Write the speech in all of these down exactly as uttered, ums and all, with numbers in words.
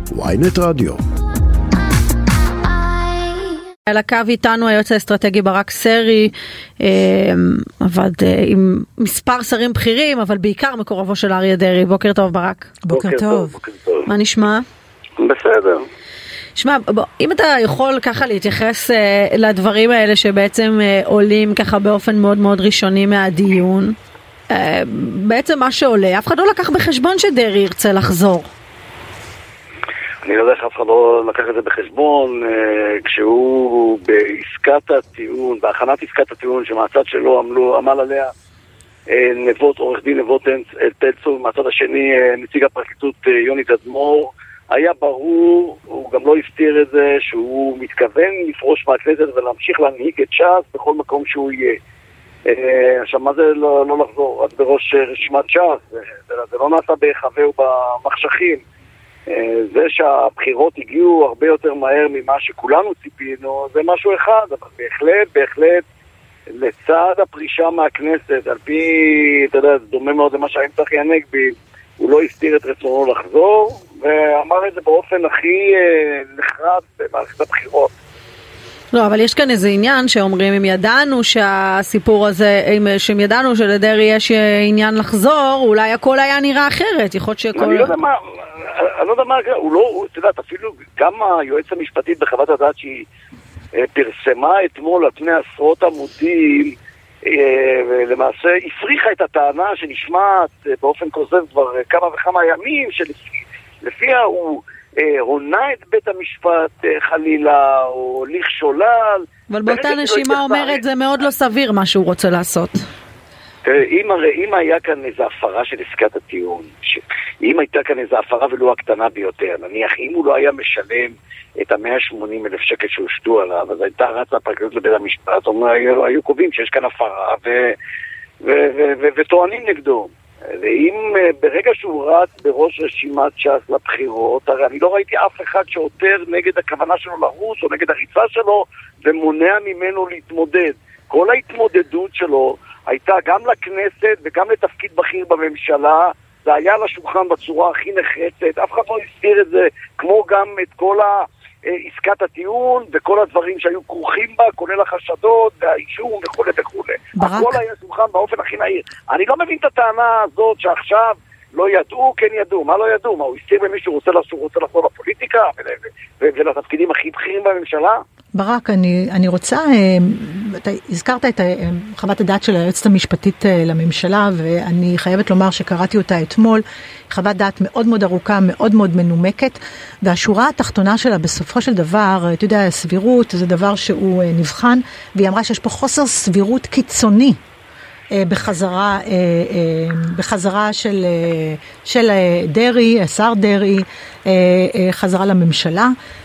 וויינט רדיו. על הקו איתנו היועץ האסטרטגי ברק סרי, עבד עם מספר שרים בכירים, אבל בעיקר מקורבו של אריה דרעי. בוקר טוב ברק. בוקר טוב. מה נשמע? בסדר. שמע, אם אתה יכול ככה להתייחס לדברים האלה שבעצם עולים ככה באופן מאוד מאוד ראשוני מהדיון, בעצם מה שעולה, אף אחד לא לקח בחשבון שדרעי ירצה לחזור. אני לא יודע איך אף אחד לא לקח את זה בחשבון, כשהוא בעסקת הטיעון, בהכנת עסקת הטיעון, שמהצד שלו עמלו, עמל עליה נבות, עורך דין נבות פלצו, מהצד השני נציג הפרקליטות יוני תדמור, היה ברור, הוא גם לא הסתיר את זה, שהוא מתכוון לפרוש מהכנסת ולהמשיך להנהיג את ש"ס בכל מקום שהוא יהיה. עכשיו, מה זה לא, לא לחזור? אז בראש רשימת ש"ס, זה, זה לא נעשה בהיחווה ובמחשכים. זה שהבחירות הגיעו הרבה יותר מהר ממה שכולנו ציפינו, זה משהו אחד, אבל בהחלט, בהחלט, לצד הפרישה מהכנסת, על פי, אתה יודע, זה דומה מאוד למה שהיה עם צחי הנגבי, הוא לא הסתיר את רצונו לחזור, ואמר את זה באופן הכי נחרץ במערכת הבחירות. לא, אבל יש כאן איזה עניין שאומרים, אם ידענו שהסיפור הזה, אם שהם ידענו שלדרעי יש עניין לחזור, אולי הכל היה נראה אחרת, יכול להיות שכל... אני לא יודע מה, אני לא יודע מה, הוא לא, אתה יודע, אפילו גם היועץ המשפטית בחוות הדעת שהיא פרסמה אתמול על פני עשרות עמודים, למעשה הפריחה את הטענה שנשמעת באופן כוזב כבר כמה וכמה ימים, שלפיה הוא הונה את בית המשפט חלילה, או הליך שולל. אבל באותה נשימה אומרת, זה מאוד לא סביר מה שהוא רוצה לעשות. אם, אם היה כאן איזו הפרה של עסקת הטיעון, אם הייתה כאן איזו הפרה ולא הקטנה ביותר, נניח אם הוא לא היה משלם את ה-מאה ושמונים אלף שקל שהושתו עליו, אז הייתה רצה הפרקליטות לבית המשפט, היו, היו קובעים שיש כאן הפרה ו, ו, ו, ו, וטוענים נגדו. ואם ברגע שהוא רץ בראש רשימת ש"ס לבחירות, הרי אני לא ראיתי אף אחד שעותר נגד הכוונה שלו לרוץ או נגד הריצה שלו ומונע ממנו להתמודד. כל ההתמודדות שלו הייתה גם לכנסת וגם לתפקיד בכיר בממשלה, זה היה על השולחן בצורה הכי נחרצת, אף אחד לא הסתיר את זה, כמו גם את כל עסקת הטיעון וכל הדברים שהיו כרוכים בה, כולל החשדות והאישום וכו' וכו'. הכל היה שולחן באופן הכי נהיר. אני לא מבין את הטענה הזאת שעכשיו לא ידעו, כן ידעו. מה לא ידעו? מה, הוא הסתיר במישהו רוצה רוצה לחזור לפוליטיקה ולתפקידים הכי בכירים בממשלה? ברק, אני, אני רוצה, אתה הזכרת את חוות הדעת של היועצת המשפטית לממשלה, ואני חייבת לומר שקראתי אותה אתמול, חוות דעת מאוד מאוד ארוכה, מאוד מאוד מנומקת, והשורה התחתונה שלה בסופו של דבר, אתה יודע, סבירות, זה דבר שהוא נבחן, והיא אמרה שיש פה חוסר סבירות קיצוני, בחזרה, בחזרה של, של דרעי, השר דרעי, חזרה לממשלה,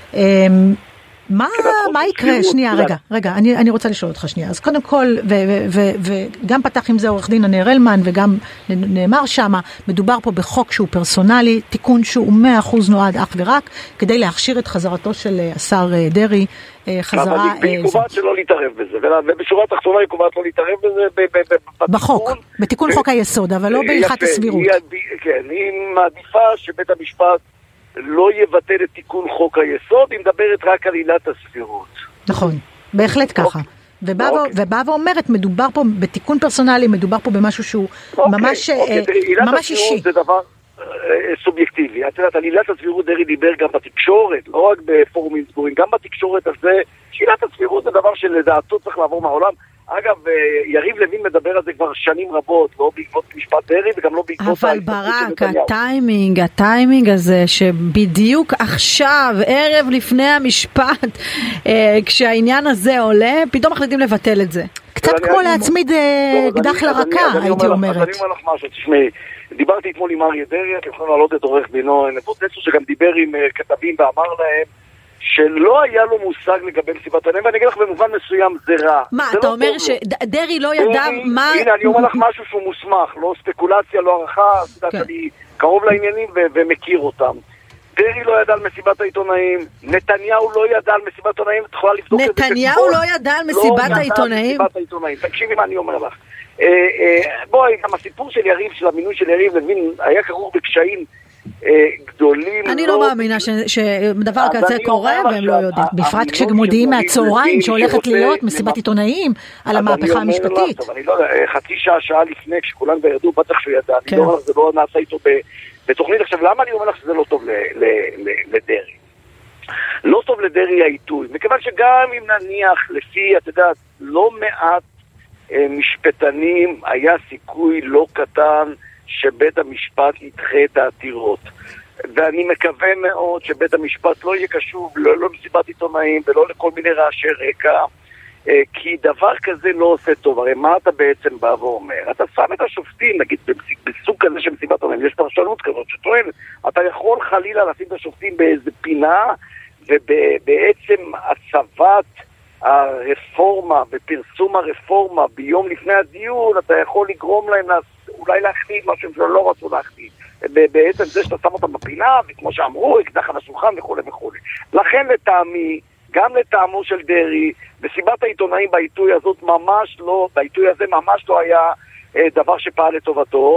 מה, מה יקרה? שנייה, רגע, רגע, אני, אני רוצה לשאול אותך שנייה. אז קודם כל, ו, ו, ו, וגם פתח עם זה עורך דין ענר אלמן, וגם נאמר שמה, מדובר פה בחוק שהוא פרסונלי, תיקון שהוא מאה אחוז נועד אך ורק, כדי להכשיר את חזרתו של השר דרעי, חזרה... אבל היא קובעת שלא להתערב בזה, ובשורה התחתונה היא קובעת לא להתערב בזה, בחוק, בתיקון חוק היסוד, אבל לא בהלכת הסבירות. כן, היא מעדיפה שבית המשפט לא יבטל את תיקון חוק היסוד, היא מדברת רק על עילת הסבירות. נכון, בהחלט ככה. ובאה ואומרת, מדובר פה בתיקון פרסונלי, מדובר פה במשהו שהוא ממש אישי. עילת הסבירות זה דבר סובייקטיבי. את יודעת, על עילת הסבירות דרעי דיבר גם בתקשורת, לא רק בפורומים סגורים, גם בתקשורת הזה, שעילת הסבירות זה דבר שלדעתו צריך לעבור מהעולם. אגב, יריב לוין מדבר על זה כבר שנים רבות, לא בעקבות משפט דרעי וגם לא בעקבות... אבל ברק, הטיימינג, הטיימינג הזה שבדיוק עכשיו, ערב לפני המשפט, כשהעניין הזה עולה, פתאום מחליטים לבטל את זה. קצת כמו להצמיד אקדח לרקה, הייתי אומרת. אז אני אומר לך משהו, תשמעי, דיברתי אתמול עם אריה דרעי, אתם יכולים להעלות את עורך דינו נבות פלצו, שגם דיבר עם כתבים ואמר להם, שלא היה לו מושג לגבי מסיבת העיתונאים, ואני אגיד לך במובן מסוים זה רע. מה, אתה אומר שדרעי לא ידע מה... הנה, אני אומר לך משהו שהוא מוסמך, לא ספקולציה, לא הערכה, אני קרוב לעניינים ומכיר אותם. דרעי לא ידע על מסיבת העיתונאים, נתניהו לא ידע על מסיבת העיתונאים, את יכולה לבדוק את זה. נתניהו לא ידע על מסיבת העיתונאים? תקשיבי מה אני אומר לך. בואי, גם הסיפור של יריב, של המינוי של יריב לוין, היה כרוך בקשיים גדולים. אני לא מאמינה שדבר כזה קורה והם לא יודעים. בפרט כשמודיעים מהצהריים שהולכת להיות מסיבת עיתונאים על המהפכה המשפטית. חצי שעה, שעה לפני, כשכולם ירדו, בטח שהוא ידע, אני לא אומר, זה לא נעשה איתו בתוכנית. עכשיו, למה אני אומר לך שזה לא טוב לדרי? לא טוב לדרי העיתוי, מכיוון שגם אם נניח לפי, אתה יודע, לא מעט משפטנים, היה סיכוי לא קטן שבית המשפט ידחה את העתירות. ואני מקווה מאוד שבית המשפט לא יהיה קשוב, לא, לא מסיבת עיתונאים ולא לכל מיני רעשי רקע, כי דבר כזה לא עושה טוב. הרי מה אתה בעצם בא ואומר? אתה שם את השופטים, נגיד בסוג כזה של מסיבת עיתונאים, יש פרשנות כזאת שטוענת, אתה יכול חלילה לשים את השופטים באיזה פינה, ובעצם הצבת הרפורמה, בפרסום הרפורמה ביום לפני הדיון, אתה יכול לגרום להם אולי להחליט משהו שהם לא רצו להחליט. בעצם זה שאתה שם אותם בפינה, וכמו שאמרו, אקדח על השולחן וכו' וכו'. לכן לטעמי, גם לטעמו של דרי, בסיבת העיתונאים בעיתוי הזאת ממש לא, בעיתוי הזה ממש לא היה אה, דבר שפעל לטובתו,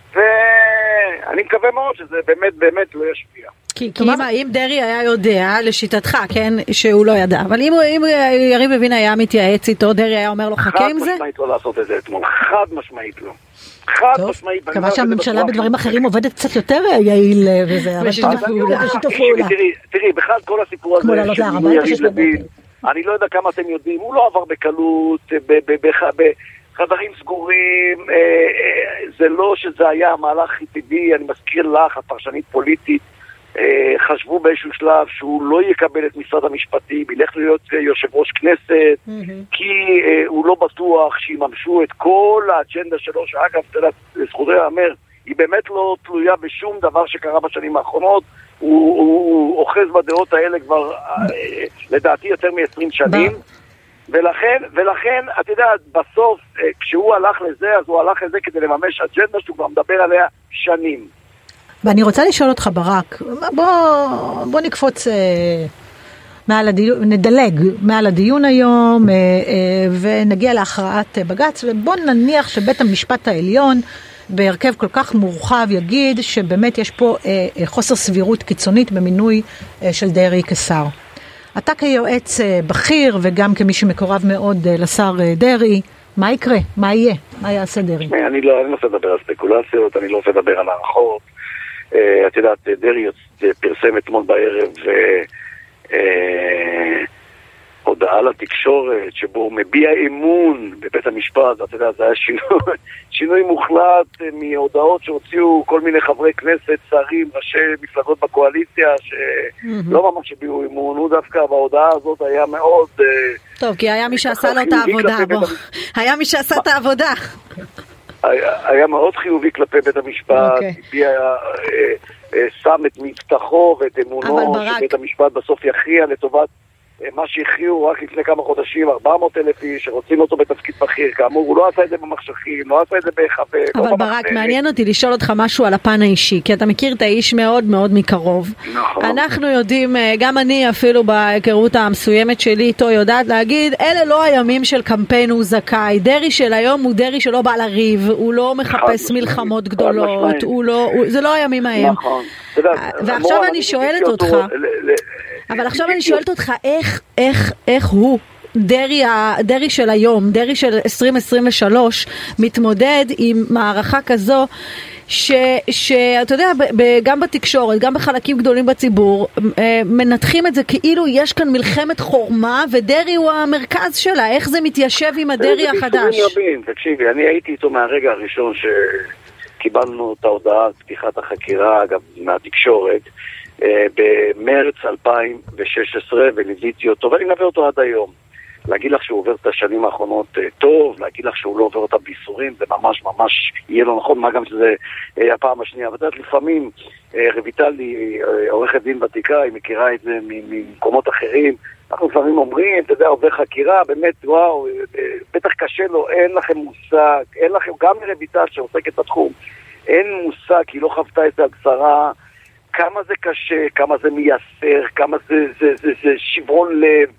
ואני מקווה מאוד שזה באמת באמת לא ישפיע. כי, כי אם, אם דרי היה יודע, לשיטתך, כן, שהוא לא ידע, אבל אם, אם יריב לוין היה מתייעץ איתו, דרי היה אומר לו חכה עם זה? חד משמעית לא לעשות את זה אתמול, חד משמעית לא. חד משמעית. קבע שהממשלה בדברים אחרים עובדת קצת יותר יעיל וזה, אבל שיתוף פעולה. תראי, בכלל כל הסיפור הזה של יריב לוין, אני לא יודע כמה אתם יודעים, הוא לא עבר בקלות, בחדרים סגורים, זה לא שזה היה המהלך טבעי, אני מזכיר לך, הפרשנית פוליטית, חשבו באיזשהו שלב שהוא לא יקבל את משרד המשפטים, ילך להיות יושב ראש כנסת, כי הוא לא בטוח שיממשו את כל האג'נדה שלו, שאגב, זכותי לאמר, היא באמת לא תלויה בשום דבר שקרה בשנים האחרונות, הוא אוחז בדעות האלה כבר לדעתי יותר מ-עשרים שנים, ולכן, ולכן, אתה יודע, בסוף, כשהוא הלך לזה, אז הוא הלך לזה כדי לממש אג'נדה שהוא כבר מדבר עליה שנים. ואני רוצה לשאול אותך ברק, בוא, בוא נקפוץ, אה, מעל הדיון, נדלג מעל הדיון היום אה, אה, ונגיע להכרעת בג"ץ, ובוא נניח שבית המשפט העליון בהרכב כל כך מורחב יגיד שבאמת יש פה אה, חוסר סבירות קיצונית במינוי אה, של דרי כשר. אתה כיועץ אה, בכיר וגם כמי שמקורב מאוד אה, לשר אה, דרי, מה יקרה? מה יהיה? מה יעשה דרי? אני לא, אני לא רוצה לדבר על ספקולציות, אני לא רוצה לדבר על הערכות. את יודעת, דרי פרסם אתמול בערב הודעה לתקשורת שבו הוא מביע אמון בבית המשפט. את יודעת, זה היה שינוי מוחלט מהודעות שהוציאו כל מיני חברי כנסת, שרים, ראשי מפלגות בקואליציה שלא ממש הביעו אמון. הוא דווקא בהודעה הזאת היה מאוד... טוב, כי היה מי שעשה לו את העבודה, בוא. היה מי שעשה את העבודה. היה מאוד חיובי כלפי בית המשפט, שם את מבטחו ואת אמונו שבית המשפט בסוף יכריע לטובת מה שהכריעו רק לפני כמה חודשים, ארבע מאות אלף איש שרוצים אותו בתפקיד בכיר. כאמור, הוא לא עשה את זה במחשכים, לא עשה את זה בחבר. אבל ברק, מעניין אותי לשאול אותך משהו על הפן האישי, כי אתה מכיר את האיש מאוד מאוד מקרוב. נכון. אנחנו יודעים, גם אני אפילו בהיכרות המסוימת שלי איתו יודעת להגיד, אלה לא הימים של קמפיין הוא זכאי. דרי של היום הוא דרי שלא בא לריב, הוא לא מחפש מלחמות גדולות, הוא לא, זה לא הימים ההם. נכון. ועכשיו אני שואלת אותך, אבל עכשיו אני שואלת אותך, איך, איך, איך הוא, דרי, דרי של היום, דרי של עשרים עשרים ושלוש, מתמודד עם מערכה כזו, ש, שאתה יודע, גם בתקשורת, גם בחלקים גדולים בציבור, מנתחים את זה כאילו יש כאן מלחמת חורמה, ודרי הוא המרכז שלה. איך זה מתיישב עם הדרי החדש? תקשיבי, אני הייתי איתו מהרגע הראשון שקיבלנו את ההודעה על פתיחת החקירה, אגב, מהתקשורת, במרץ אלפיים ושש עשרה, וליוויתי אותו, ואני מלווה אותו עד היום. להגיד לך שהוא עובר את השנים האחרונות טוב, להגיד לך שהוא לא עובר אותה ביסורים, זה ממש ממש יהיה לו נכון, מה גם שזה הפעם השנייה. אבל יודעת, לפעמים רויטל היא עורכת דין ותיקה, היא מכירה את זה ממקומות אחרים, אנחנו לפעמים אומרים, אתה יודע, עובר חקירה, באמת, וואו, בטח קשה לו, אין לכם מושג, אין לכם, גם לרויטל שעוסקת בתחום, אין מושג, היא לא חוותה את זה על בשרה, כמה זה קשה, כמה זה מייסר, כמה זה, זה, זה, זה שברון לב,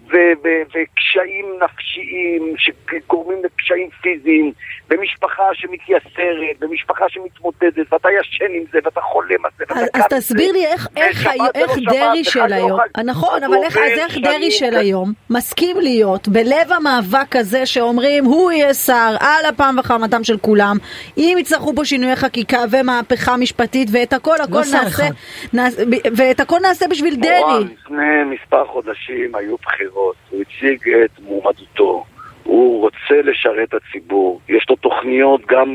וקשיים נפשיים שגורמים לקשיים פיזיים, במשפחה שמתייסרת, במשפחה שמתמודדת, ואתה ישן עם זה, ואתה חולם על זה. אז תסביר לי איך דרי של היום, נכון, אבל איך דרי של היום מסכים להיות בלב המאבק הזה שאומרים, הוא יהיה שר על הפעם וחמתם של כולם, אם יצטרכו פה שינוי חקיקה ומהפכה משפטית, ואת הכל, הכל נעשה, ואת הכל נעשה בשביל דרי. לפני מספר חודשים היו בחירות, הוא הציג את מועמדותו, הוא רוצה לשרת את הציבור, יש לו תוכניות גם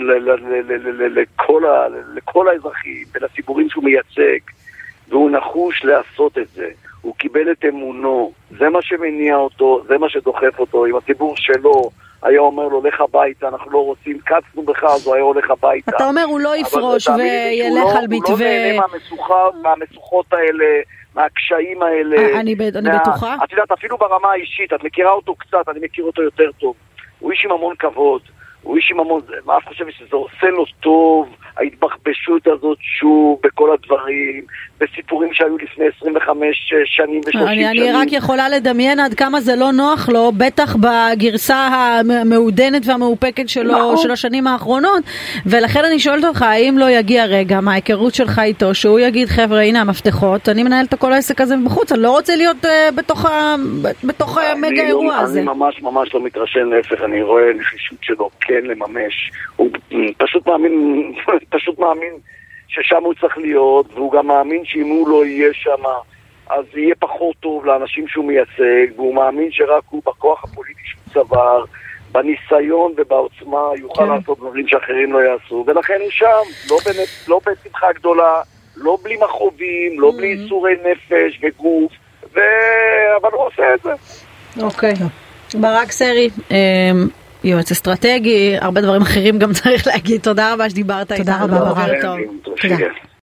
לכל האזרחים ולציבורים שהוא מייצג, והוא נחוש לעשות את זה. הוא קיבל את אמונו, זה מה שמניע אותו, זה מה שדוחף אותו. אם הציבור שלו היה אומר לו, לך הביתה, אנחנו לא רוצים, קצנו בך, אז הוא היה הולך הביתה. אתה אומר, הוא לא יפרוש וילך על מתווה. הוא לא נהנה מהמשוכות האלה, מהקשיים האלה. אני בטוחה. את יודעת, אפילו ברמה האישית, את מכירה אותו קצת, אני מכיר אותו יותר טוב. הוא איש עם המון כבוד, הוא איש עם המון, מה את חושבת שזה עושה לו טוב, ההתבחבשות הזאת שוב בכל הדברים, בסיפורים שהיו לפני עשרים וחמש שנים ו-שלושים שנים. אני רק יכולה לדמיין עד כמה זה לא נוח לו, בטח בגרסה המעודנת והמאופקת שלו של השנים האחרונות, ולכן אני שואלת אותך, האם לא יגיע רגע מההיכרות שלך איתו, שהוא יגיד, חבר'ה, הנה המפתחות, אני מנהל את כל העסק הזה בחוץ, אני לא רוצה להיות בתוך המגה אירוע הזה. אני ממש ממש לא מתרשם, להפך, אני רואה נחישות שלו כן לממש, הוא פשוט מאמין פשוט מאמין ששם הוא צריך להיות, והוא גם מאמין שאם הוא לא יהיה שם, אז יהיה פחות טוב לאנשים שהוא מייצג, והוא מאמין שרק הוא בכוח הפוליטי שהוא צבר, בניסיון ובעוצמה יוכל כן. לעשות דברים שאחרים לא יעשו, ולכן הוא שם, לא, בנ... לא בשמחה גדולה, לא בלי מחובים, לא בלי איסורי נפש וגוף, ו... אבל הוא עושה את זה. אוקיי. ברק סרי, יועץ אסטרטגי, הרבה דברים אחרים גם צריך להגיד. תודה רבה שדיברת איתנו. תודה רבה, ברק. תודה.